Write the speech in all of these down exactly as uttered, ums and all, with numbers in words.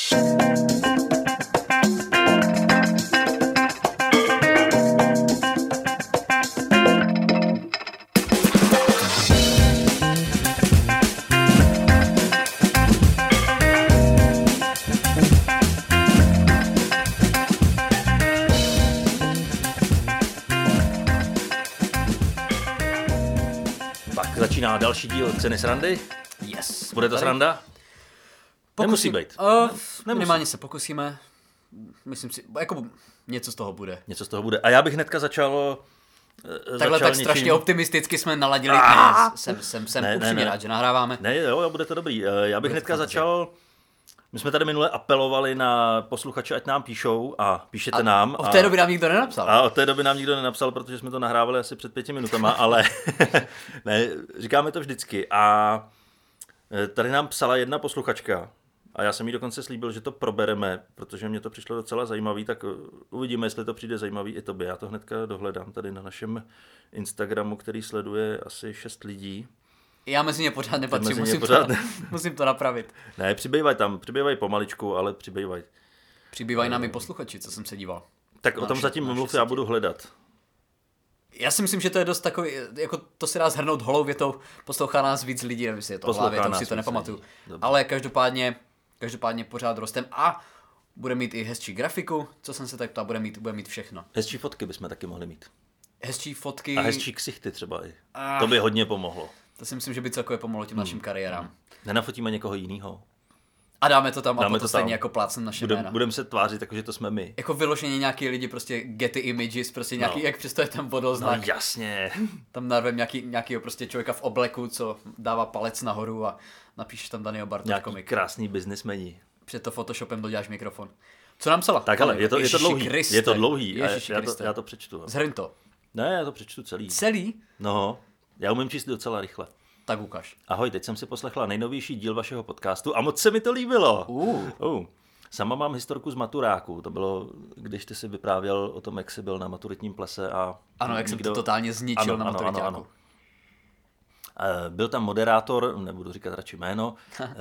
Začíná další díl Ceny srandy. Yes. Bude to Tady. sranda? Nemusí být. Uh, minimálně se pokusíme. Myslím si, jako něco z toho bude. Něco z toho bude. A já bych hnedka začal... Takhle začal tak něčím... strašně optimisticky jsme naladili. Ah! Ne, jsem, jsem, jsem Ne, ne, upřímně ne. rád, že nahráváme. Ne, jo, bude to dobrý. Já bych Bude hnedka to začal... My jsme tady minule apelovali na posluchače, ať nám píšou a píšete A nám. od té doby nám nikdo nenapsal. A od té doby nám nikdo nenapsal, protože jsme to nahrávali asi před pěti minutama, ale ne, říkáme to vždycky. A tady nám psala jedna posluchačka a já jsem jí dokonce slíbil, že to probereme, protože mě to přišlo docela zajímavý, tak uvidíme, jestli to přijde zajímavý i tobě. Já to hnedka dohledám tady na našem Instagramu, který sleduje asi šest lidí. Já mezi ně pořád nepatřím, Mezi ně musím, pořád... To, musím to napravit. Ne, přibývaj tam, přibývaj pomaličku, ale přibývaj. Přibývají nám i posluchači, co jsem se díval. Tak o tom zatím mluv, já budu hledat. Já si myslím, že to je dost takový, jako to se dá shrnout holou větou, poslouchá nás víc lidí, nevím, jestli je to holá věta, si to nepamatuju. Ale každopádně, každopádně pořád rostem a bude mít i hezčí grafiku, co jsem se tak ptal, bude mít, bude mít všechno. Hezčí fotky bychom taky mohli mít. Hezčí fotky. A hezčí ksichty třeba i. Ah. To by hodně pomohlo. To si myslím, že by celkově pomohlo těm hmm. našim kariérám. Nenafotíme někoho jiného. A dáme to tam dáme a potom to stejně tam. jako plácnem naše Budem, jména. Budeme se tvářit, takže to jsme my. Jako vyloženě nějaký lidi prostě getty images, prostě nějaký, no. Jak přesto je tam vodoznak. No jasně. Tam narvem nějaký, nějakýho prostě člověka v obleku, co dává palec nahoru a napíšeš tam Daniel Bartoš nějaký komik. krásný biznismeni. Před to Photoshopem doděláš mikrofon. Co nám psala? Tak ale, je to, je to dlouhý. Kriste. Je to dlouhý. Ježiši já, to, Kriste. já to přečtu. Zhrň to. Ne, já to přečtu celý. Celý? No, já umím číst docela rychle. Tak ukaž. Ahoj, teď jsem si poslechla nejnovější díl vašeho podcastu a moc se mi to líbilo. Uh. Uh. Sama mám historku z maturáku. To bylo, když ty si vyprávěl o tom, jak jsi byl na maturitním plese a... Ano, jak nikdo... jsem to totálně zničil ano, na maturitáku. Ano, ano, ano. Byl tam moderátor, nebudu říkat radši jméno,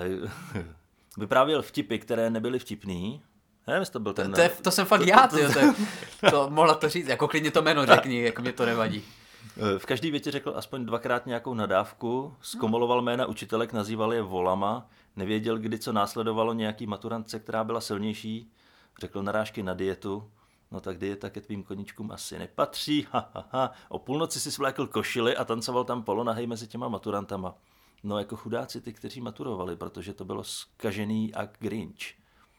vyprávěl vtipy, které nebyly vtipný. Nevím, to byl ten... To, to, je, to jsem fakt já, tyjo, to, je, to mohla to říct, jako klidně to jméno řekni, jako mě to nevadí. V každý větě řekl aspoň dvakrát nějakou nadávku, zkomoloval jména učitelek, nazýval je volama, nevěděl, kdy co následovalo nějaký maturantce, která byla silnější, řekl narážky na dietu, no tak dieta ke tvým koníčkům asi nepatří, ha, ha, ha. O půlnoci si svlékl košily a tancoval tam polonahej mezi těma maturantama. No jako chudáci ty, kteří maturovali, protože to bylo zkažený a Grinch.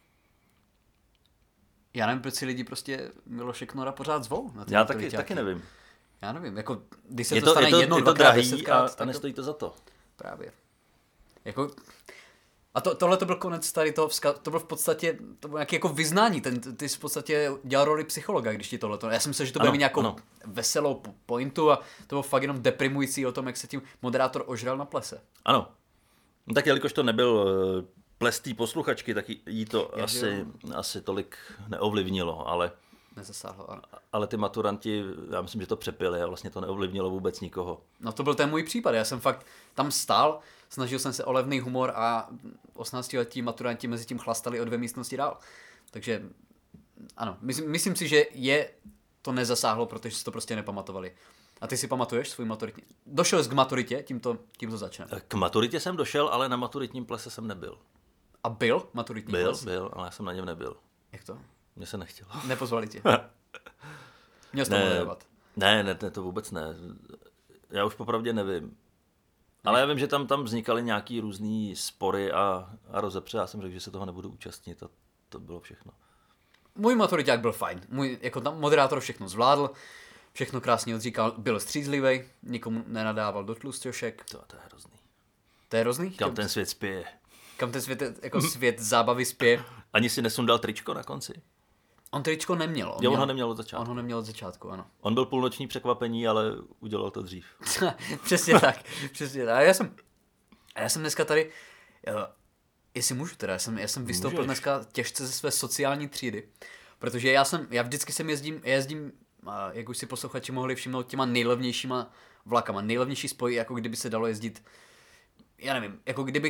Já nevím, proč si lidi prostě Miloše Knora pořád zvou. Na Já taky, taky nevím. Já nevím, jako když se je to, to stane je to, jednou, je to dvakrát, drahý desetkrát, a, a nestojí to za to. Právě. Jako... A to, tohle to byl konec tady toho, vzka... to bylo v podstatě, to bylo nějaké jako vyznání, ten, ty jsi v podstatě dělal roli psychologa, když ti tohle to, já jsem myslel, že to bude mít nějakou ano. veselou pointu a to bylo fakt jenom deprimující o tom, jak se tím moderátor ožral na plese. Ano, no tak jelikož to nebyl ples té posluchačky, tak jí to Já asi, asi tolik neovlivnilo, ale... Nezasáhlo, ano. Ale ty maturanti, já myslím, že to přepili a vlastně to neovlivnilo vůbec nikoho. No to byl ten můj případ, já jsem fakt tam stál, snažil jsem se o levný humor a osmnáctiletí maturanti mezi tím chlastali o dvě místnosti dál. Takže ano, myslím, myslím si, že je to nezasáhlo, protože si to prostě nepamatovali. A ty si pamatuješ svůj maturitní? Došel jsi k maturitě, tímto, tímto začneme. K maturitě jsem došel, ale na maturitním plese jsem nebyl. A byl maturitní byl, ples? Byl, byl, ale já jsem na něm nebyl. Jak to? Mně se nechtělo. Nepozvali tě. Měl jsi to ne, moderovat. Ne, ne, ne, to vůbec ne. Já už popravdě nevím. Ale já vím, že tam, tam vznikaly nějaký různý spory a, a rozepře. Já jsem řekl, že se toho nebudu účastnit a to bylo všechno. Můj maturiťák byl fajn. Můj jako tam moderátor všechno zvládl, všechno krásně odříkal, byl střízlivý, nikomu nenadával do tlusťošek. To, to je hrozný. To je hrozný? Kam ten svět spěje? Kam ten svět, jako svět zábavy spěje? Ani si nesundal tričko na konci? On tričko neměl. On, jo, on měl, ho neměl od začátku. On ho neměl od začátku, ano. On byl půlnoční překvapení, ale udělal to dřív. Přesně tak, přesně tak. A já jsem, a já jsem dneska tady, já, jestli můžu teda, já jsem, já jsem vystoupil Můžeš. dneska těžce ze své sociální třídy, protože já jsem, já vždycky jsem jezdím, jezdím, jak už si posluchači mohli všimnout, těma nejlevnějšíma vlakama, nejlevnější spoj, jako kdyby se dalo jezdit, já nevím, jako kdybych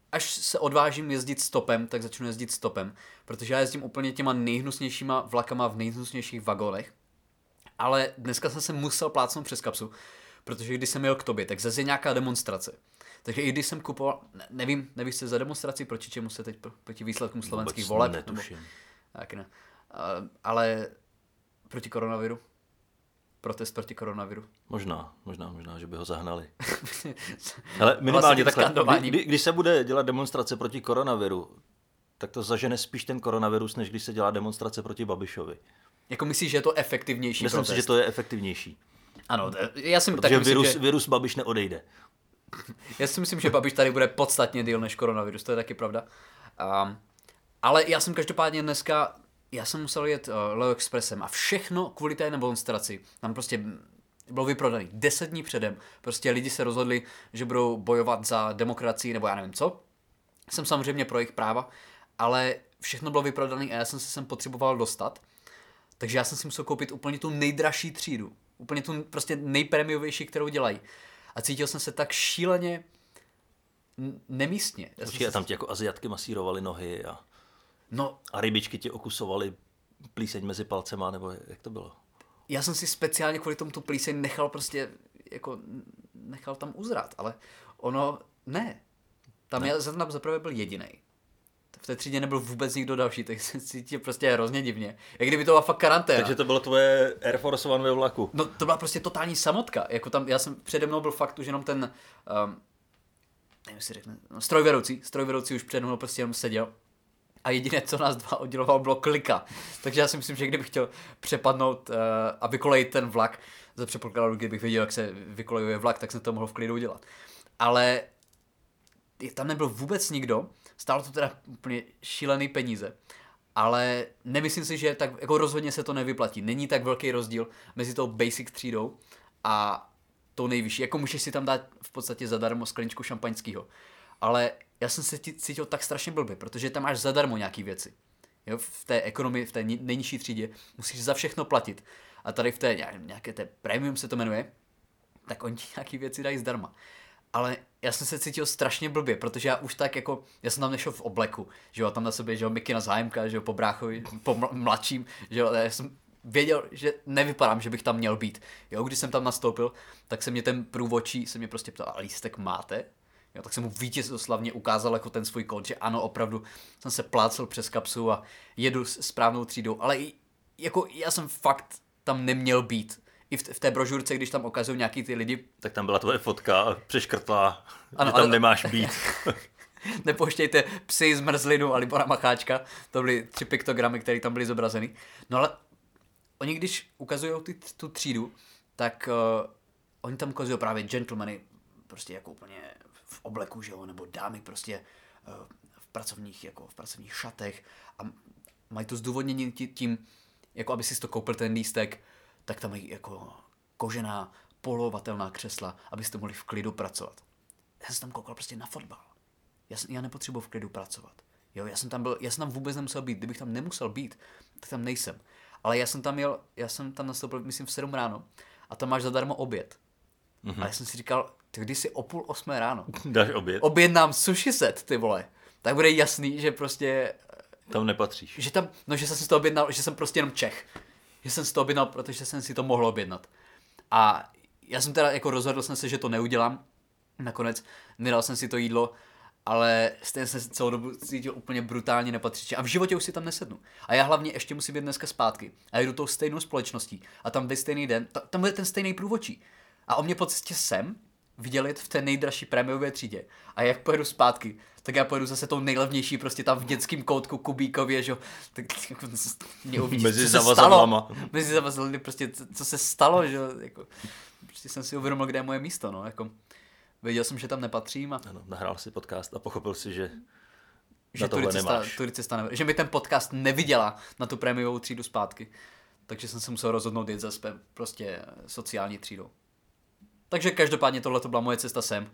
až se odvážím jezdit stopem, tak začnu jezdit stopem, protože já jezdím úplně těma nejhnusnějšíma vlakama v nejhnusnějších vagonech. Ale dneska jsem se musel plácnout přes kapsu, protože když jsem jel k tobě, tak zase je nějaká demonstrace. Takže i když jsem kupoval, ne, nevím, nevíš se za demonstraci, proti čemu se teď, proti výsledkům slovenských Vůbec voleb? netuším. Nebo, tak ne. Uh, ale proti koronaviru? Protest proti koronaviru. Možná, možná, možná, že by ho zahnali. Ale minimálně takhle, kdy, když se bude dělat demonstrace proti koronaviru, tak to zažene spíš ten koronavirus, než když se dělá demonstrace proti Babišovi. Jako myslíš, že je to efektivnější Myslím protest? si, že to je efektivnější. Ano, já si Protože taky myslím, virus, že... virus Babiš neodejde. Já si myslím, že Babiš tady bude podstatně díl než koronavirus, to je taky pravda. Um, ale já jsem každopádně dneska, já jsem musel jet uh, Leo Expressem a všechno kvůli té demonstraci. Tam prostě bylo vyprodaný deset dní předem. Prostě lidi se rozhodli, že budou bojovat za demokracii nebo já nevím co. Jsem samozřejmě pro jejich práva, ale všechno bylo vyprodané a já jsem se sem potřeboval dostat. Takže já jsem si musel koupit úplně tu nejdražší třídu. Úplně tu prostě nejpremiovější, kterou dělají. A cítil jsem se tak šíleně n- nemístně. Určitě, a tam ti jako Aziatky masírovaly nohy a, no, a rybičky ti okusovaly plíseň mezi palcema, nebo jak to bylo? Já jsem si speciálně kvůli tomu tu plíseň nechal prostě, jako nechal tam uzrát, ale ono, ne. Tam ne. Já jsem zaprvé byl jedinej. V té třídě nebyl vůbec nikdo další, tak jsem cítil prostě hrozně divně. Jak kdyby to byla fakt karanténa. Takže to bylo tvoje Air Force One ve vlaku. No to byla prostě totální samotka. Jako tam, já jsem přede mnou byl fakt už jenom ten, um, nevím, si řekne, no, strojvedoucí. Strojvedoucí už přede mnou prostě jenom seděl. A jediné, co nás dva oddělovalo, bylo klika. Takže já si myslím, že kdybych chtěl přepadnout uh, a vykolejit ten vlak, za předpokladu, kdybych věděl, jak se vykolejuje vlak, tak jsem to mohl v klidu udělat. Ale tam nebyl vůbec nikdo, stálo to teda úplně šílený peníze. Ale nemyslím si, že tak, jako rozhodně se to nevyplatí. Není tak velký rozdíl mezi tou basic třídou a tou nejvyšší. Jako můžeš si tam dát v podstatě zadarmo skleničku šampaňského. Ale já jsem se cítil tak strašně blbě, protože tam máš zadarmo nějaký věci. Jo, v té ekonomii, v té nejnižší třídě musíš za všechno platit. A tady v té nějaké té premium se to jmenuje, tak oni nějaký věci dají zdarma. Ale já jsem se cítil strašně blbě, protože já už tak jako, já jsem tam nešel v obleku, že jo, tam na sobě, že jo, mikina zájemka, že jo, po bráchovi, po mladším, že jo, já jsem věděl, že nevypadám, že bych tam měl být. Jo, když jsem tam nastoupil, tak se mě ten průvodčí, se mě prostě ptal, a lístek máte? Jo, tak jsem mu vítězoslavně ukázal jako ten svůj kód, že ano, opravdu jsem se plácel přes kapsu a jedu s správnou třídou, ale jako já jsem fakt tam neměl být. I v, t- v té brožurce, když tam ukazují nějaký ty lidi. Tak tam byla tvoje fotka přeškrtlá, ano, že tam ale... nemáš být. Nepouštějte psy z mrzlinu a Libora Macháčka, to byly tři piktogramy, které tam byly zobrazeny. No ale oni když ukazují ty, tu třídu, tak uh, oni tam ukazují právě gentlemany, prostě jako úplně v obleku, že jo, nebo dámy prostě uh, v pracovních, jako v pracovních šatech a mají to zdůvodnění tím, jako aby si to koupil ten lístek, tak tam mají jako kožená polovatelná křesla, abyste mohli v klidu pracovat. Já jsem tam koukal prostě na fotbal. Já, jsem, já nepotřebuji v klidu pracovat. Jo, já jsem tam byl, já jsem tam vůbec nemusel být. Kdybych tam nemusel být, tak tam nejsem. Ale já jsem tam jel, já jsem tam nastoupil, myslím, v sedm ráno a tam máš zadarmo oběd. Mm-hmm. A já jsem si říkal, ty když si o půl osmé ráno dáš oběd. Objednám sushi set, ty vole. Tak bude jasný, že prostě... Tam nepatříš. Že tam, no, že jsem si to objednal, že jsem prostě jenom Čech. Že jsem si to objednal, protože jsem si to mohl objednat. A já jsem teda jako rozhodl jsem se, že to neudělám. Nakonec nedal jsem si to jídlo, ale stejně jsem se celou dobu cítil úplně brutálně nepatřičně. A v životě už si tam nesednu. A já hlavně ještě musím být dneska zpátky. A jdu tou stejnou společností. A tam ve stejný den, ta, tam bude ten stejný průvodčí. A on mě po cestě sem viděl jet v té nejdražší prémiové třídě. A jak pojedu zpátky, tak já pojedu zase tou nejlevnější, prostě tam v dětském koutku Kubíkově, že jo. Tak jako mě uvidí, mezi co se stalo. Mezi Mezi zavazadlami, prostě co, co se stalo, že jo. Jako, prostě jsem si uvědomil, kde je moje místo, no. Jako, věděl jsem, že tam nepatřím. A... Ano, nahrál si podcast a pochopil si, že, že na tohle turicista, nemáš. Turicista ne, že mi ten podcast nevydělá na tu prémiovou třídu zpátky. Takže jsem se musel rozhodnout jít zase prostě sociální třídou. Takže každopádně tohle to byla moje cesta sem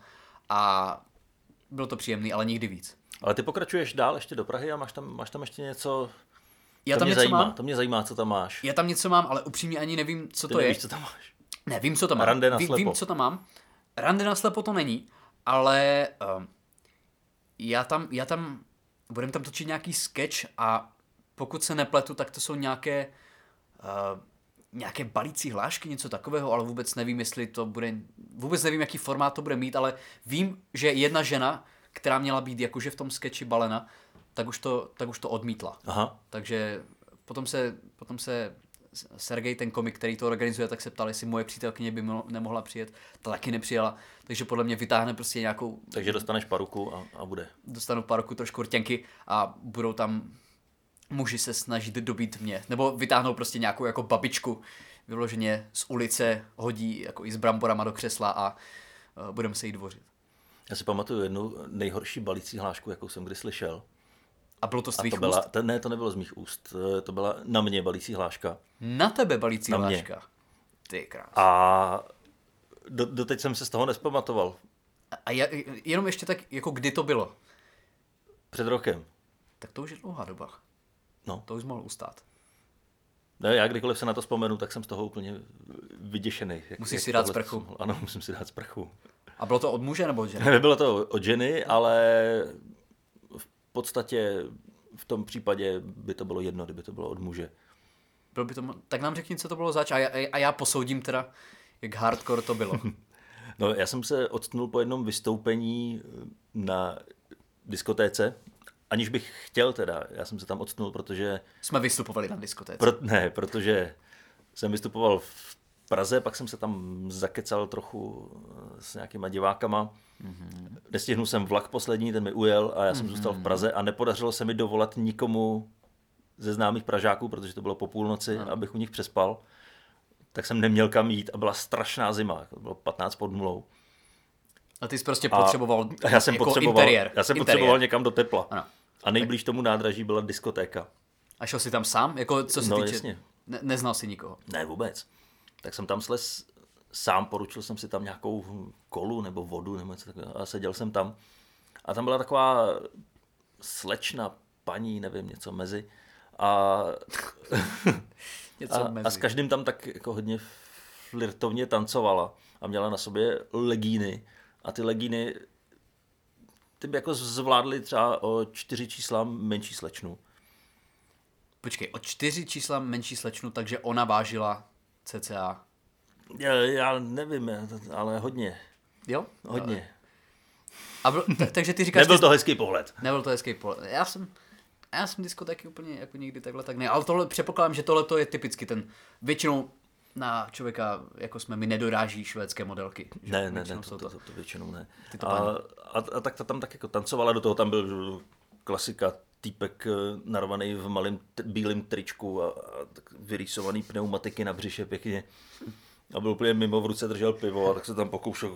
a bylo to příjemný, ale nikdy víc. Ale ty pokračuješ dál ještě do Prahy a máš tam, máš tam ještě něco, Já to tam mě něco zajímá, mám. to mě zajímá, co tam máš. Já tam něco mám, ale upřímně ani nevím, co ty to nevíš, je. co tam máš. Ne, vím, co tam mám. Rande na Ví, slepo. vím, co tam mám. Rande na slepo to není, ale um, já tam, já tam, budeme tam točit nějaký sketch a pokud se nepletu, tak to jsou nějaké, uh, nějaké balící hlášky, něco takového, ale vůbec nevím, jestli to bude, vůbec nevím, jaký formát to bude mít, ale vím, že jedna žena, která měla být jakože v tom sketchi balena, tak už to, tak už to odmítla. Aha. Takže potom se, potom se Sergej, ten komik, který to organizuje, tak se ptal, jestli moje přítelkyně by nemohla přijet. Ta taky nepřijela, takže podle mě vytáhne prostě nějakou... Takže dostaneš paruku a, a bude. Dostanu paruku, trošku rtěnky a budou tam muži se snažit dobít mě. Nebo vytáhnou prostě nějakou jako babičku, vyloženě z ulice, hodí jako i s bramborama do křesla a uh, budeme se jí dvořit. Já si pamatuju jednu nejhorší balící hlášku, jakou jsem kdy slyšel. A bylo to z tvých to byla, úst? To, ne, to nebylo z mých úst. To byla na mě balící hláška. Na tebe balící na hláška? Ty krás. A do, doteď jsem se z toho nespamatoval. A já, jenom ještě tak, jako kdy to bylo? Před rokem. Tak to už je dlouhá doba. No. To už mohl ustát. Ne, já kdykoliv se na to vzpomenu, tak jsem z toho úplně vyděšený. Jak, Musíš jak si dát tohle sprchu. Jsem, ano, musím si dát sprchu. A bylo to od muže nebo od ženy? Nebylo to od ženy, ale v podstatě v tom případě by to bylo jedno, kdyby to bylo od muže. Bylo by to, tak nám řekni, co to bylo zač a já, a já posoudím teda, jak hardcore to bylo. No, já jsem se odstnul po jednom vystoupení na diskotéce, aniž bych chtěl teda. Já jsem se tam odstnul, protože... Jsme vystupovali na diskotéce. Pro, ne, protože jsem vystupoval v Praze, pak jsem se tam zakecal trochu s nějakýma divákama. Mm-hmm. Nestihnul jsem vlak poslední, ten mi ujel a já jsem mm-hmm. zůstal v Praze a nepodařilo se mi dovolat nikomu ze známých Pražáků, protože to bylo po půlnoci, no. abych u nich přespal. Tak jsem neměl kam jít a byla strašná zima, to bylo patnáct pod nulou. A ty jsi prostě potřeboval a já jsem jako potřeboval, interiér. Já jsem interiér. potřeboval někam do tepla. Ano. A nejblíž tomu nádraží byla diskotéka. A šel jsi tam sám? Jako, co se no, týče... jasně. Ne, neznal jsi nikoho? Ne, vůbec. Tak jsem tam slez sám, poručil jsem si tam nějakou kolu nebo vodu nebo něco takového a seděl jsem tam. A tam byla taková slečna, paní, nevím, něco mezi. A, něco a, mezi. a s každým tam tak jako hodně flirtovně tancovala a měla na sobě legíny. A ty legíny ty by jako zvládly třeba o čtyři čísla menší slečnu. Počkej, o čtyři čísla menší slečnu, takže ona vážila cca. Já, já nevím, ale hodně. Jo? Hodně. A byl, t- takže ty říkáš... Nebyl ty... to hezký pohled. Nebyl to hezký pohled. Já jsem, já jsem diskotéky úplně jako nikdy takhle tak ne. Ale tohle, předpokládám, že tohle to je typicky ten, většinou na člověka, jako jsme my, nedoráží švédské modelky. Že? Ne, ne, ne, to, to, to, to většinou ne. A, a, a tak ta tam tak jako tancovala, do toho tam byl klasika, týpek narvaný v malém t- bílém tričku a, a tak vyrýsovaný pneumatiky na břiše pěkně. A byl úplně mimo, v ruce držel pivo a tak se tam pokoušel.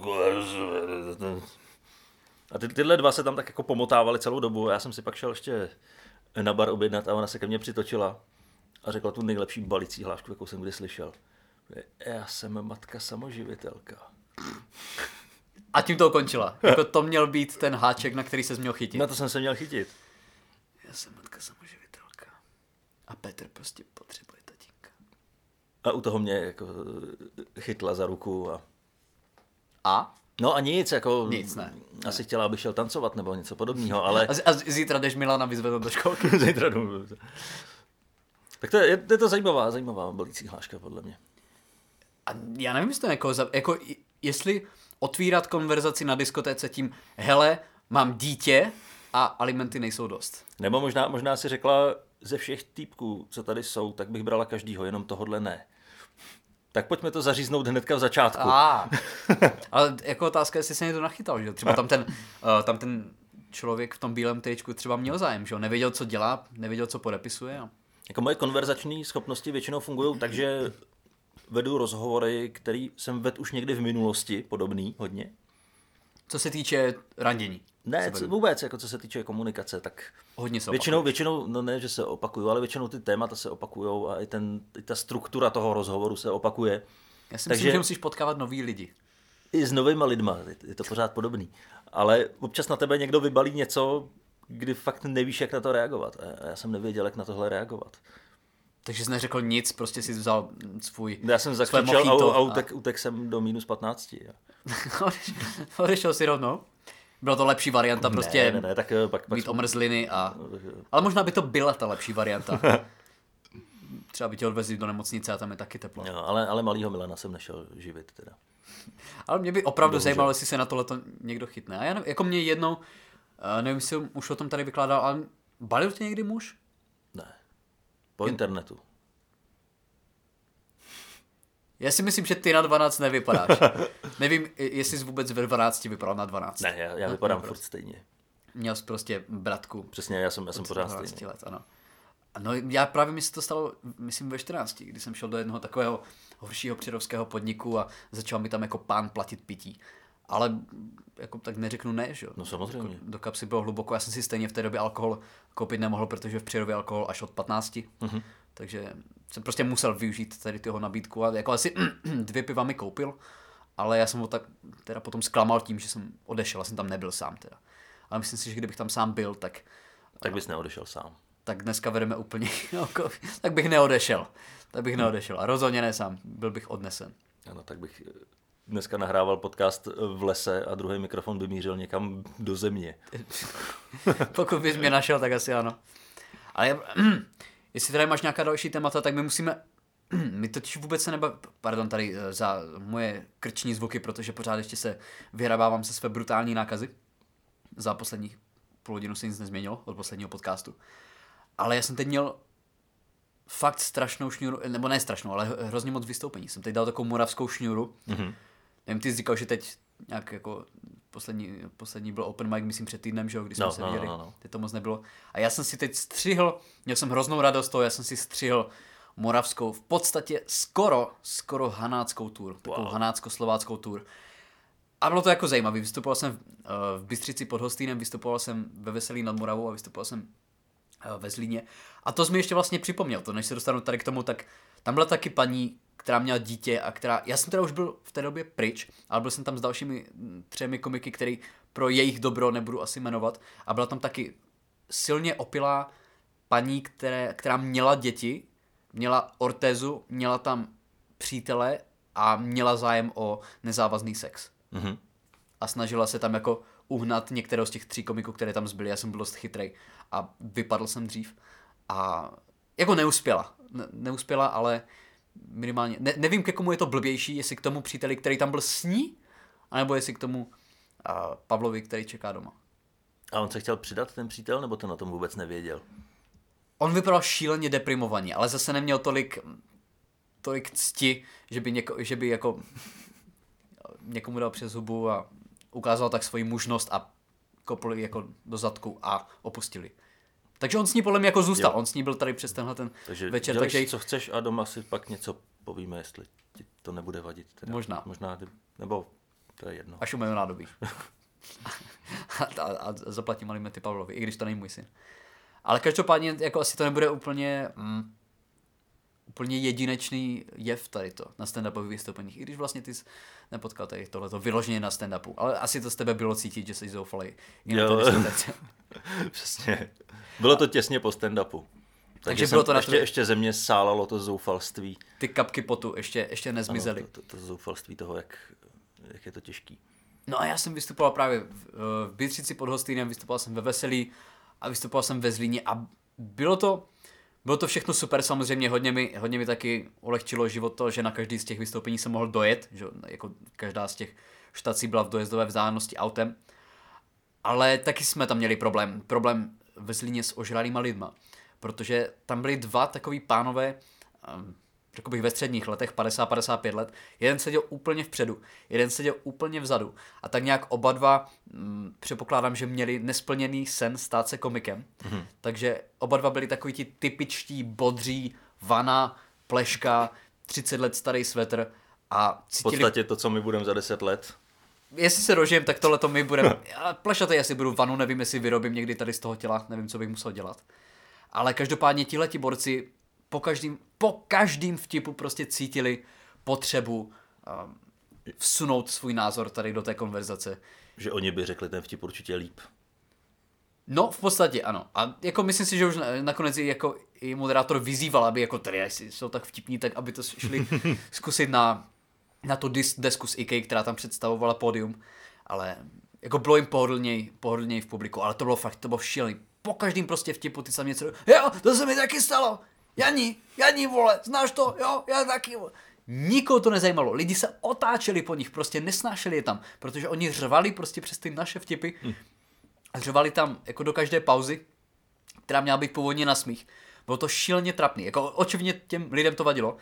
A ty, tyhle dva se tam tak jako pomotávali celou dobu. Já jsem si pak šel ještě na bar objednat a ona se ke mně přitočila a řekla tu nejlepší balící hlášku, jakou jsem kdy slyšel. Já jsem matka samoživitelka. A tím to ukončila. Jako to měl být ten háček, na který ses měl chytit. Na to jsem se měl chytit. Já jsem matka samoživitelka. A Petr prostě potřebuje tatínka. A u toho mě jako chytla za ruku a... A? No a nic, jako... Nic, ne. Asi ne. chtěla, abych šel tancovat nebo něco podobného, ale... A, z, a zítra jdeš Milana vyzvednout do školky. Zítra jdu. Tak to je, je to zajímavá, zajímavá balící hláška, podle mě. A já nevím, jestli to jako, jako, jestli otvírat konverzaci na diskotéce tím, hele, mám dítě a alimenty nejsou dost. Nebo možná, možná si řekla, ze všech týpků, co tady jsou, tak bych brala každýho, jenom tohodle ne. Tak pojďme to zaříznout hnedka v začátku. A, ale jako otázka, jestli se někdo nachytal, že třeba tam ten, uh, tam ten člověk v tom bílém tričku třeba měl zájem, že jo, nevěděl, co dělá, nevěděl, co podepisuje. A... Jako moje konverzační schopnosti většinou fungují tak, že vedu rozhovory, který jsem vedl už někdy v minulosti, podobný hodně. Co se týče randění. Ne, co, vůbec, jako co se týče komunikace, tak hodně se většinou, většinou, no ne, že se opakují, ale většinou ty témata se opakujou a i, ten, i ta struktura toho rozhovoru se opakuje. Já si Takže myslím, že musíš potkávat nový lidi. I s novýma lidma, je to pořád podobný. Ale občas na tebe někdo vybalí něco, kdy fakt nevíš, jak na to reagovat. A já jsem nevěděl, jak na tohle reagovat. Takže jsi neřekl nic, prostě si vzal svůj Já jsem zakřičel a, a utek, utek jsem do minus patnácti. Odešel si rovnou? Byla to lepší varianta prostě ne, ne, ne, tak pak, pak mít omrzliny a... Ale možná by to byla ta lepší varianta. Třeba by tě odvezli do nemocnice a tam je taky teplo. Jo, ale, ale malýho Milana jsem nešel živit teda. Ale mě by opravdu Bohužel. zajímalo, jestli se na tohleto někdo chytne. A já nevím, jako mě jednou, nevím, jestli už o tom tady vykládal, ale balil tě někdy muž? Ne. Po Je... internetu. Já si myslím, že ty na dvanáct nevypadáš. Nevím, jestli jsi vůbec ve dvanácti vypadal na dvanáct. Ne, já, já vypadám furt stejně. Měl jsi prostě bratku. Přesně, já jsem, já jsem pořád stejný. Let, ano. No já právě mi se to stalo, myslím ve čtrnácti, kdy jsem šel do jednoho takového horšího přerovského podniku a začal mi tam jako pán platit pití. Ale jako tak neřeknu ne, že jo. No samozřejmě. Jako do kapsy bylo hluboko, já jsem si stejně v té době alkohol koupit nemohl, protože v Přerově alkohol až od patnácti. Mm-hmm. Takže jsem prostě musel využít tady tyho nabídku a jako asi dvě piva mi koupil, ale já jsem ho tak teda potom zklamal tím, že jsem odešel, já jsem tam nebyl sám teda. Ale myslím si, že kdybych tam sám byl, tak... Tak bys neodešel sám. Tak dneska vedeme úplně, tak bych neodešel. Tak bych neodešel a rozhodně ne sám, byl bych odnesen. Ano, tak bych dneska nahrával podcast v lese a druhý mikrofon by mířil někam do země. Pokud bys mě našel, tak asi ano. Ale jestli tady máš nějaká další témata, tak my musíme, my totiž vůbec se neba, pardon tady za moje krční zvuky, protože pořád ještě se vyhrabávám se své brutální nákazy. Za posledních půl hodinu se nic nezměnilo od posledního podcastu. Ale já jsem teď měl fakt strašnou šňůru, nebo ne strašnou, ale hrozně moc vystoupení. Jsem teď dal takovou moravskou šňůru. Mm-hmm. Nevím, ty jsi říkal, že teď nějak jako poslední, poslední byl open mic, myslím před týdnem, že jo, když jsme no, se no, viděli. no, no. Teď to moc nebylo. A já jsem si teď střihl, měl jsem hroznou radost toho, já jsem si střihl moravskou, v podstatě skoro, skoro hanáckou tour. Takovou wow. hanácko-slováckou tour. A bylo to jako zajímavé. Vystupoval jsem v, v Bystřici pod Hostýnem, vystupoval jsem ve Veselí nad Moravou a vystupoval jsem ve Zlíně. A to jsi mi ještě vlastně připomněl, to než se dostanu tady k tomu, tak tam byla taky paní, která měla dítě a která, já jsem teda už byl v té době pryč, ale byl jsem tam s dalšími třemi komiky, který pro jejich dobro nebudu asi jmenovat, a byla tam taky silně opilá paní, které, která měla děti, měla ortézu, měla tam přítele a měla zájem o nezávazný sex. Mm-hmm. A snažila se tam jako uhnat některého z těch tří komiků, které tam zbyly. Já jsem byl dost chytrej a vypadl jsem dřív. A jako neuspěla. Ne- neuspěla, ale minimálně... Ne- nevím, ke komu je to blbější, jestli k tomu příteli, který tam byl s ní, anebo jestli k tomu a, Pavlovi, který čeká doma. A on se chtěl přidat, ten přítel, nebo to na tom vůbec nevěděl? On vypadal šíleně deprimovaný, ale zase neměl tolik, tolik cti, že by, něko, že by jako někomu dal přes hubu a ukázal tak svoji mužnost a kopli jako do zadku a opustili. Takže on s ní podle mě jako zůstal. Jo. On s ní byl tady přes tenhle ten takže večer. Dělej takže si, co chceš a doma si pak něco povíme, jestli ti to nebude vadit. Teda. Možná. Možná, nebo to je jedno. Až umejou nádobí. a, a, a zaplatím alimenty Pavlovi, i když to není můj syn. Ale každopádně jako asi to nebude úplně... Mm, úplně jedinečný jev tady to na stand-upových vystoupeních, i když vlastně ty jsi nepotkal tady tohleto vyloženě na stand-upu, ale asi to z tebe bylo cítit, že jsi zoufalý. Jo, přesně. Bylo to těsně po stand-upu. Takže, Takže bylo to ještě, tvé... ještě ze mě sálalo to zoufalství. Ty kapky potu ještě, ještě nezmizely. Ano, to, to, to zoufalství toho, jak, jak je to těžký. No a já jsem vystupoval právě v, v Bystřici pod Hostýnem, vystupoval jsem ve Veselí a vystupoval jsem ve Zlíně a bylo to Bylo to všechno super, samozřejmě hodně mi, hodně mi taky ulehčilo život to, že na každý z těch vystoupení jsem mohl dojet, že jako každá z těch štací byla v dojezdové vzdálenosti autem, ale taky jsme tam měli problém, problém ve Zlíně s ožralýma lidma, protože tam byli dva takový pánové, řekl bych ve středních letech, padesát padesát pět let, jeden seděl úplně vpředu, jeden seděl úplně vzadu a tak nějak oba dva, hm, předpokládám, že měli nesplněný sen stát se komikem, mm-hmm. takže oba dva byli takový ti typičtí, bodří, vana, pleška, třicet let starý svetr a cítili... V podstatě to, co my budeme za deset let. Jestli se dožijem, tak tohle to my budeme... Plešatej asi budu vanu, nevím, jestli vyrobím někdy tady z toho těla, nevím, co bych musel dělat. Ale každopádně tihleti borci po každým, po každým vtipu prostě cítili potřebu um, vsunout svůj názor tady do té konverzace. Že oni by řekli ten vtip určitě líp. No, v podstatě ano. A jako myslím si, že už nakonec i, jako, i moderátor vyzýval, aby jako tady, jestli jsou tak vtipní, tak aby to šli zkusit na, na tu dis- desku s I K, která tam představovala pódium. Ale jako bylo jim pohodlněji, pohodlněji v publiku, ale to bylo fakt, to bylo šílený. Po každém prostě vtipu ty sam něco, jo, to se mi taky stalo, Jani, Jani, vole, znáš to, jo, já taky, vole. Nikoho to nezajímalo, lidi se otáčeli po nich, prostě nesnášeli je tam, protože oni řvali prostě přes ty naše vtipy hm. a řvali tam jako do každé pauzy, která měla být původně na smích. Bylo to šíleně trapný, jako očividně těm lidem to vadilo,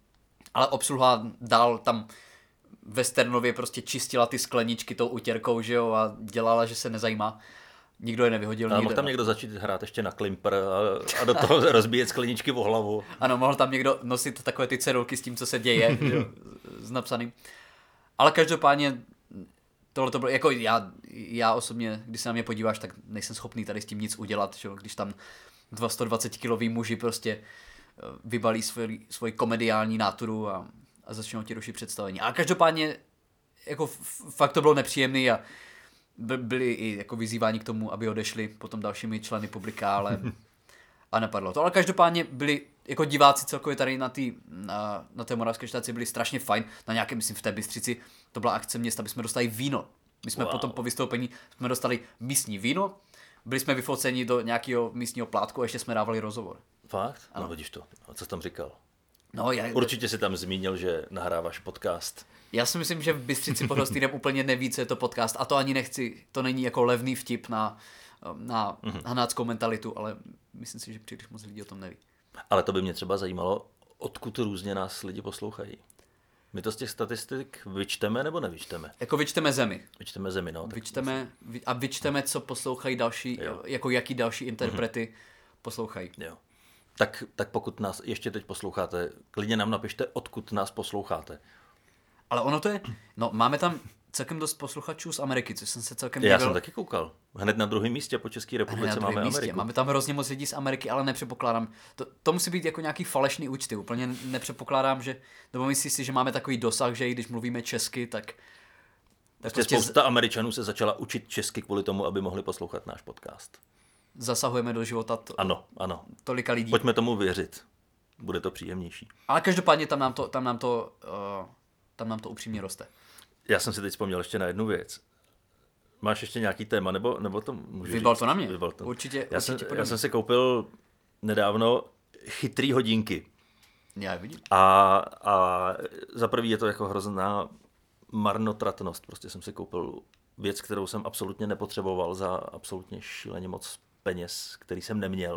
ale obsluha dál tam westernově prostě čistila ty skleničky tou utěrkou, že jo, a dělala, že se nezajímá. Nikdo je nevyhodil. Ale mohl tam někdo začít hrát ještě na klimper a, a do toho rozbíjet skleničky o hlavu. Ano, mohl tam někdo nosit takové ty cedulky s tím, co se děje, že, s napsaným. Ale každopádně tohle to bylo, jako já, já osobně, když se na mě podíváš, tak nejsem schopný tady s tím nic udělat, že? Když tam dva sto dvacet kilový muži prostě vybalí svoj, svoj komediální náturu a, a začnou ti rušit představení. A každopádně jako fakt to bylo nepříjemný a byli i jako vyzýváni k tomu, aby odešli potom dalšími členy publika, ale a nepadlo to. Ale každopádně byli jako diváci celkově tady na, tý, na, na té moravské štáci byli strašně fajn. Na nějaké, myslím v té Bystřici, to byla akce města, aby jsme dostali víno. My jsme wow. potom po vystoupení jsme dostali místní víno, byli jsme vyfoceni do nějakého místního plátku a ještě jsme dávali rozhovor. Fakt? Ano. No vidíš to. A co jsi tam říkal? No, já... Určitě si tam zmínil, že nahráváš podcast. Já si myslím, že v Bystřici pod Hostýnem úplně neví, co je to podcast a to ani nechci, to není jako levný vtip na, na mm-hmm. hanáckou mentalitu, ale myslím si, že příliš moc lidí o tom neví. Ale to by mě třeba zajímalo, odkud různě nás lidi poslouchají. My to z těch statistik vyčteme nebo nevyčteme? Jako vyčteme zemi. Vyčteme zemi, no. Vyčteme, a vyčteme, co poslouchají další, jo. jako jaký další interprety mm-hmm. poslouchají. Jo. Tak, tak pokud nás ještě teď posloucháte, klidně nám napište, odkud nás posloucháte. Ale ono to je, no máme tam celkem dost posluchačů z Ameriky, což jsem se celkem Já divil. jsem taky koukal. Hned na druhém místě po České republice máme místě. Ameriku. Máme tam hrozně moc lidí z Ameriky, ale nepředpokládám, to, to musí být jako nějaký falešný účty, úplně nepředpokládám, že, nebo myslíš si, že máme takový dosah, že i když mluvíme česky, tak... tak prostě prostě spousta z... Američanů se začala učit česky kvůli tomu, aby mohli poslouchat náš podcast. Zasahujeme do života to, ano, ano. tolika lidí. Pojďme tomu věřit. Bude to příjemnější. Ale každopádně tam nám to, tam nám to, uh, tam nám to upřímně roste. Já jsem si teď vzpomněl ještě na jednu věc. Máš ještě nějaký téma, nebo, nebo to můžu Vybal říct? to na mě. Vybal to. Určitě, já, určitě jsem, já jsem si koupil nedávno chytrý hodinky. Já vidím. A, a za prvý je to jako hrozná marnotratnost. Prostě jsem si koupil věc, kterou jsem absolutně nepotřeboval za absolutně šíleně moc peněz, který jsem neměl.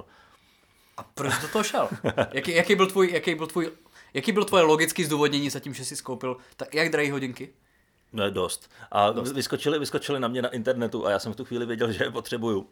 A proč do toho šel? jaký, jaký, byl tvůj, jaký, byl tvůj, jaký byl tvoje logické zdůvodnění za tím, že jsi skoupil tak jak drahé hodinky? No dost. A dost. Vyskočili, vyskočili na mě na internetu a já jsem v tu chvíli věděl, že je potřebuju.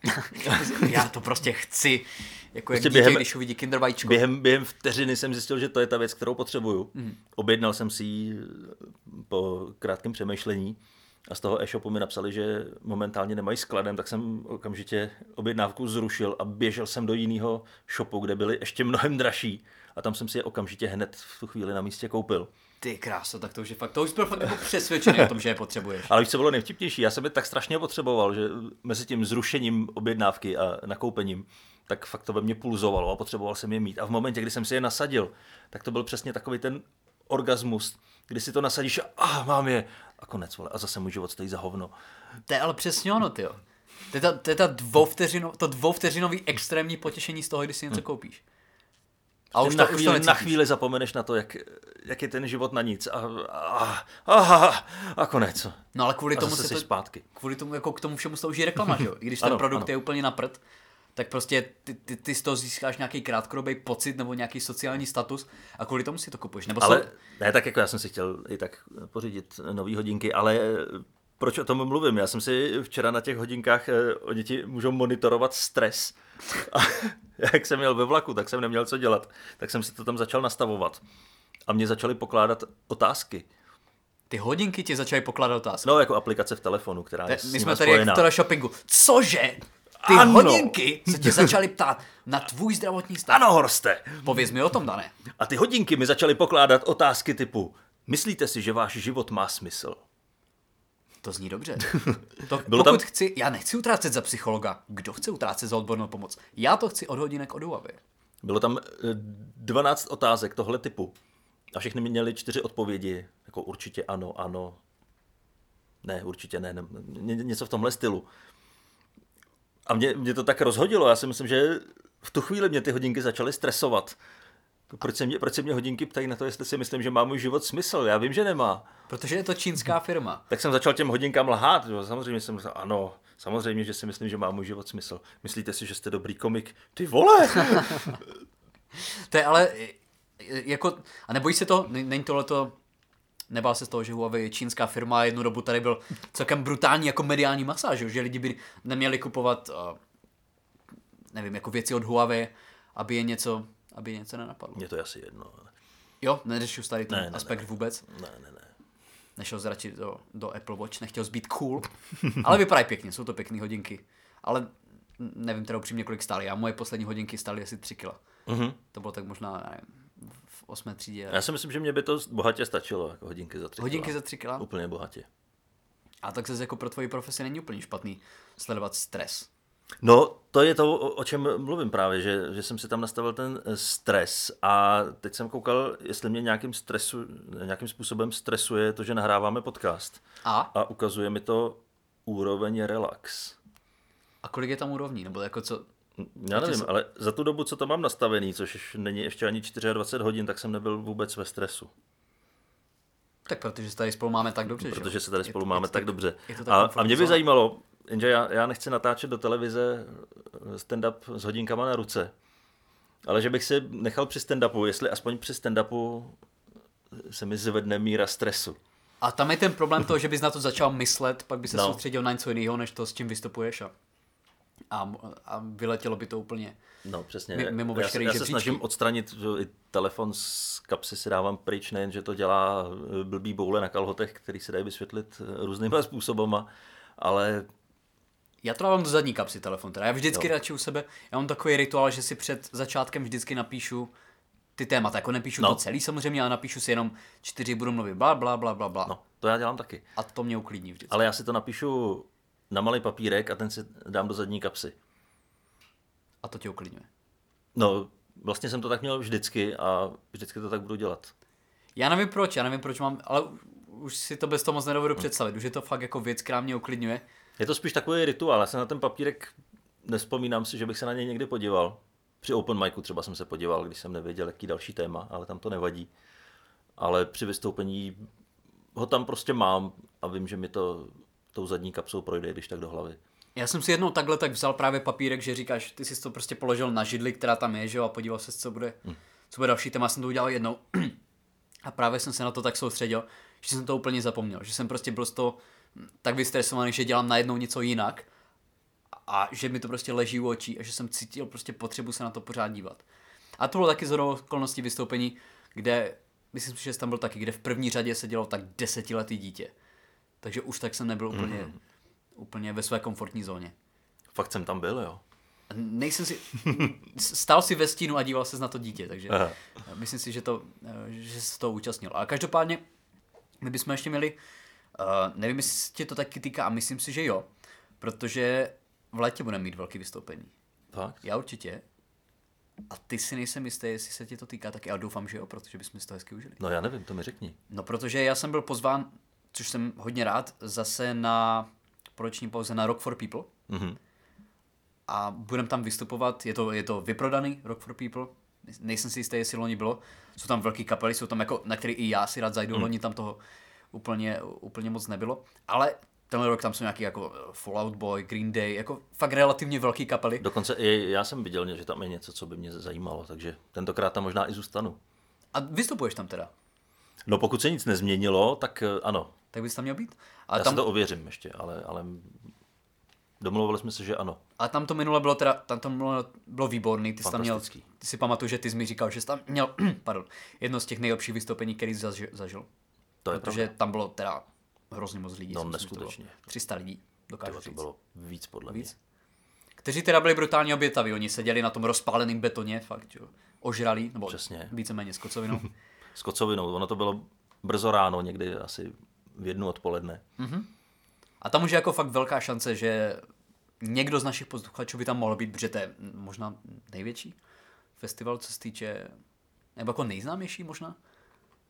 Já to prostě chci. Jako prostě jak dítě, během, když uvidí Kinder vajíčko. Během, během vteřiny jsem zjistil, že to je ta věc, kterou potřebuju. Mm. Objednal jsem si ji po krátkém přemýšlení a z toho e-shopu mi napsali, že momentálně nemají skladem, tak jsem okamžitě objednávku zrušil a běžel jsem do jiného shopu, kde byly ještě mnohem dražší a tam jsem si je okamžitě hned v tu chvíli na místě koupil. Ty kráso, tak to už je fakt, to už byl fakt jako přesvědčený o tom, že je potřebuješ. Ale víš, co bylo nejvtipnější? Já jsem je tak strašně potřeboval, že mezi tím zrušením objednávky a nakoupením, tak fakt to ve mně pulzovalo a potřeboval jsem je mít. A v momentě, kdy jsem si je nasadil, tak to byl přesně takový ten orgasmus, kdy si to nasadíš a ah, mám je. A konec, vole, a zase můj život stojí za hovno. To je ale přesně ono, tyjo. To je, ta, to je ta dvouvteřino, to dvouvteřinový extrémní potěšení z toho, když si něco hmm. koupíš. A už, na, to, chvíli, už to na chvíli zapomeneš na to, jak, jak je ten život na nic a, a, a, a konec. No ale kvůli a tomu se to, zpátky. Kvůli tomu, jako k tomu všemu slouží reklama, že jo? I když ten ano, produkt ano. je úplně na prd, tak prostě ty, ty, ty z toho získáš nějaký krátkodobý pocit nebo nějaký sociální status a kvůli tomu si to kupuješ. Nebo ale jsou... ne, tak jako já jsem si chtěl i tak pořídit nový hodinky, ale proč o tom mluvím? Já jsem si včera na těch hodinkách, oni ti můžou monitorovat stres. A jak jsem jel ve vlaku, tak jsem neměl co dělat. Tak jsem si to tam začal nastavovat. A mě začaly pokládat otázky. Ty hodinky ti začaly pokládat otázky? No, jako aplikace v telefonu, která je s My jsme tady jak to na shoppingu. Cože? Ty ano. hodinky se tě začaly ptát na tvůj zdravotní stav. Ano, Horste. Pověz mi o tom, Dané. A ty hodinky mi začaly pokládat otázky typu: myslíte si, že váš život má smysl? To zní dobře. To, Bylo pokud tam... chci, já nechci utrácet za psychologa. Kdo chce utrácet za odbornou pomoc? Já to chci od hodinek od Huawei. Bylo tam dvanáct otázek tohle typu. A všechny měly čtyři odpovědi. Jako určitě ano, ano. Ne, určitě ne, ne, něco v tomhle stylu. A mě, mě to tak rozhodilo, já si myslím, že v tu chvíli mě ty hodinky začaly stresovat. Proč se, mě, proč se mě hodinky ptají na to, jestli si myslím, že má můj život smysl? Já vím, že nemá. Protože je to čínská firma. Tak jsem začal těm hodinkám lhát. Jo. Samozřejmě jsem myslel, ano, samozřejmě, že si myslím, že má můj život smysl. Myslíte si, že jste dobrý komik? Ty vole! To je ale, jako, a nebojíš se to, není tohleto, nebál se z toho, že Huawei je čínská firma a jednu dobu tady byl celkem brutální jako mediální masáž, že lidi by neměli kupovat, nevím, jako věci od Huawei, aby je něco, aby je něco nenapadlo. Mně to je asi jedno. Ale... Jo, neřešil jsi tady ten ne, ne, aspekt ne. vůbec? Ne, ne, ne. Nešel zradit do, do Apple Watch, nechtěl zbýt cool, ale vypadají pěkně, jsou to pěkné hodinky. Ale nevím teda upřímně, kolik stály. Já moje poslední hodinky stály asi tři kila. Mm-hmm. To bylo tak možná, nevím, v osmé třídě. Já si myslím, že mě by to bohatě stačilo, jako hodinky za tři Hodinky kila. za tři kila? Úplně bohatě. A tak zase jako pro tvoji profesi není úplně špatný sledovat stres. No, to je to, o čem mluvím právě, že, že jsem si tam nastavil ten stres a teď jsem koukal, jestli mě nějakým, stresu, nějakým způsobem stresuje to, že nahráváme podcast. A? A ukazuje mi to úroveň relax. A kolik je tam úrovní? Nebo jako co? Já nevím, ale za tu dobu, co to mám nastavený, což není ještě ani dvacet čtyři hodin, tak jsem nebyl vůbec ve stresu. Tak protože se tady spolu máme tak dobře, Protože že? se tady spolu je, máme je tak, tak dobře. Tak a, a mě by zajímalo, jenže já, já nechci natáčet do televize stand-up s hodinkama na ruce, ale že bych si nechal při stand-upu, jestli aspoň při stand-upu se mi zvedne míra stresu. A tam je ten problém toho, že bys na to začal myslet, pak by se no. soustředil na něco jiného, než to, s čím vystupuješ a, a, a vyletělo by to úplně no, přesně. mimo já, veškerý já se žebříčky. snažím odstranit, že i telefon z kapsy si dávám pryč, nejen, že to dělá blbý boule na kalhotech, který se dají vysvětlit různýma způsobama, ale... Já to dávám do zadní kapsy telefon, teda já vždycky jo. radši u sebe, já mám takový rituál, že si před začátkem vždycky napíšu ty témata, jako nepíšu no. to celý samozřejmě, ale napíšu si jenom čtyři, budu mluvit bla, bla, bla, bla, bla. No, to já dělám taky. A to mě uklidní vždycky. Ale já si to napíšu na malý papírek a ten si dám do zadní kapsy. A to tě uklidňuje. No, vlastně jsem to tak měl vždycky a vždycky to tak budu dělat. Já nevím proč, já nevím proč mám, ale už si to bez toho moc nedovedu hmm. představit. Už je to fakt jako věc, která mě uklidňuje. Je to spíš takový rituál, já se na ten papírek nespomínám si, že bych se na něj někdy podíval. Při open micu třeba jsem se podíval, když jsem nevěděl, jaký další téma, ale tam to nevadí. Ale při vystoupení ho tam prostě mám a vím, že mi to tou zadní kapsou projde, když tak do hlavy. Já jsem si jednou takhle tak vzal právě papírek, že říkáš, ty jsi to prostě položil na židli, která tam je, že jo, a podíval se, co bude, hmm. co bude další téma. Já jsem to udělal jednou a právě jsem se na to tak soustředil, že jsem to úplně zapomněl, že jsem prostě byl z toho tak vystresovaný, že dělám najednou něco jinak a že mi to prostě leží u očí a že jsem cítil prostě potřebu se na to pořád dívat. A to bylo taky zhodou okolností vystoupení, kde, myslím si, že tam byl taky, kde v první řadě sedělo tak desetiletý dítě. Takže už tak jsem nebyl úplně, mm. úplně ve své komfortní zóně. Fakt jsem tam byl, jo? Nejsem si, stál si ve stínu a díval ses na to dítě, takže Aha. myslím si, že, to, že se to účastnil. Ale každopádně, my bychom ještě měli, uh, nevím, jestli tě to taky týká, a myslím si, že jo, protože v létě budeme mít velký vystoupení. Fakt? Já určitě. A ty si nejsem jistý, jestli se tě to týká taky, ale doufám, že jo, protože bychom si to hezky užili. No já nevím, to mi řekni. No protože já jsem byl pozván, což jsem hodně rád, zase na poroční pauze na Rock for People. Mhm. A budeme tam vystupovat, je to, je to vyprodaný Rock for People, nejsem si jistý, jestli loni bylo, jsou tam velký kapely, jsou tam jako, na který i já si rád zajdu, mm. loni tam toho úplně, úplně moc nebylo, ale tenhle rok tam jsou nějaký jako Fall Out Boy, Green Day, jako fakt relativně velký kapely. Dokonce i já jsem viděl, že tam je něco, co by mě zajímalo, takže tentokrát tam možná i zůstanu. A vystupuješ tam teda? No pokud se nic nezměnilo, tak ano. Tak bys tam měl být? A já tam... si to ověřím ještě, ale... ale... Domluvili jsme se, že ano. A tam to minule bylo teda, tam to bylo, bylo výborný, ty jsi tam měl, ty si pamatuju, že ty jsi mi říkal, že jsi tam měl, pardon, jedno z těch nejlepších vystoupení, který jsi zažil. zažil. To je protože pravda. tam bylo teda hrozně moc lidí. No neskutečně. tři sta lidí, dokážu to, říct. To bylo víc podle víc. mě. Kteří teda byli brutálně obětaví, oni seděli na tom rozpáleném betoně, fakt, jo, ožralí, nebo přesně. Víceméně s kocovinou. S kocovinou, ono to bylo brzo ráno, někdy asi v jednu odpoledne. Mm-hmm. A tam už je jako fakt velká šance, že někdo z našich posluchačů by tam mohl být, protože to je možná největší festival, co se týče, nebo jako nejznámější možná?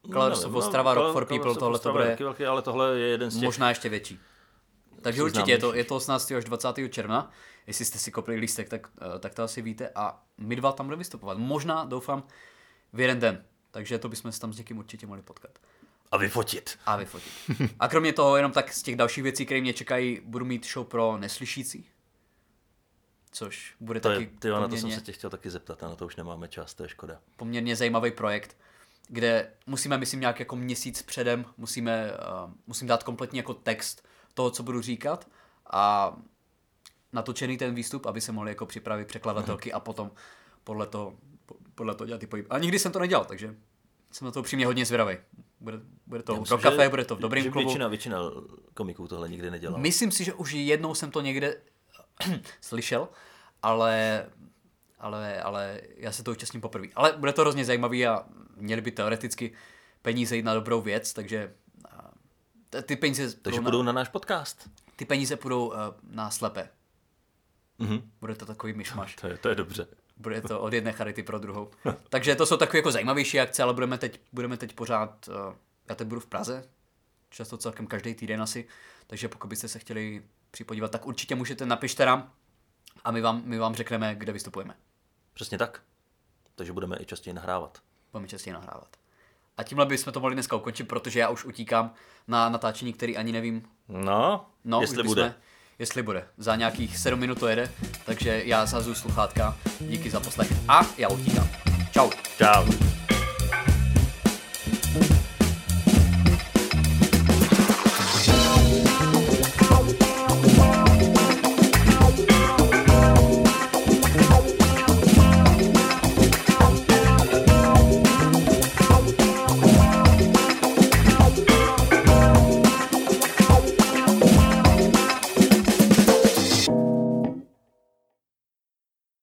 Colors of Ostrava, Rock for People, tohle to bude velký, ale tohle je jeden z těch... možná ještě větší. Takže určitě je to, je to osmnáctého až dvacátého června. Jestli jste si kopili lístek, tak, tak to asi víte. A my dva tam budeme vystupovat. Možná, doufám, v jeden den. Takže to bychom se tam s někým určitě mohli potkat. A vyfotit. A vyfotit. A kromě toho, jenom tak z těch dalších věcí, které mě čekají, budu mít show pro neslyšící. Což bude to taky je, tyjo, poměrně, na to jsem se tě chtěl taky zeptat, a na to už nemáme čas, to je škoda. Poměrně zajímavý projekt, kde musíme, myslím, nějak jako měsíc předem, musíme, uh, musím dát kompletně jako text toho, co budu říkat a natočený ten výstup, aby se mohli jako připravit překladatelky a potom podle toho, podle toho dělat ty pohyby. A nikdy jsem to nedělal, takže jsem na to upřímně hodně zvědavý. Bude, bude to do kafe, bude to v dobrým klubu. Většina, většina komiků tohle nikdy nedělala. Myslím si, že už jednou jsem to někde slyšel, ale, ale, ale já se to účastním poprvé. Ale bude to hrozně zajímavý a měli by teoreticky peníze jít na dobrou věc, takže ty peníze... Takže budou na, na náš podcast. Ty peníze půjdou uh, na slepé. Mm-hmm. Bude to takový myšmaš. To je, to je dobře. Bude to od jedné charity pro druhou. Takže to jsou takové jako zajímavější akce, ale budeme teď, budeme teď pořád, uh, já teď budu v Praze, často celkem každý týden asi, takže pokud byste se chtěli připodívat, tak určitě můžete, napište nám a my vám, my vám řekneme, kde vystupujeme. Přesně tak. Takže budeme i častěji nahrávat. Budeme častěji nahrávat. A tímhle bychom to mohli dneska ukončit, protože já už utíkám na natáčení, který ani nevím. No, no jestli bude. Jsme, jestli bude. Za nějakých sedm minut to jede, takže já zahazuju sluchátka. Díky za poslech a já utíkám. Čau. Čau.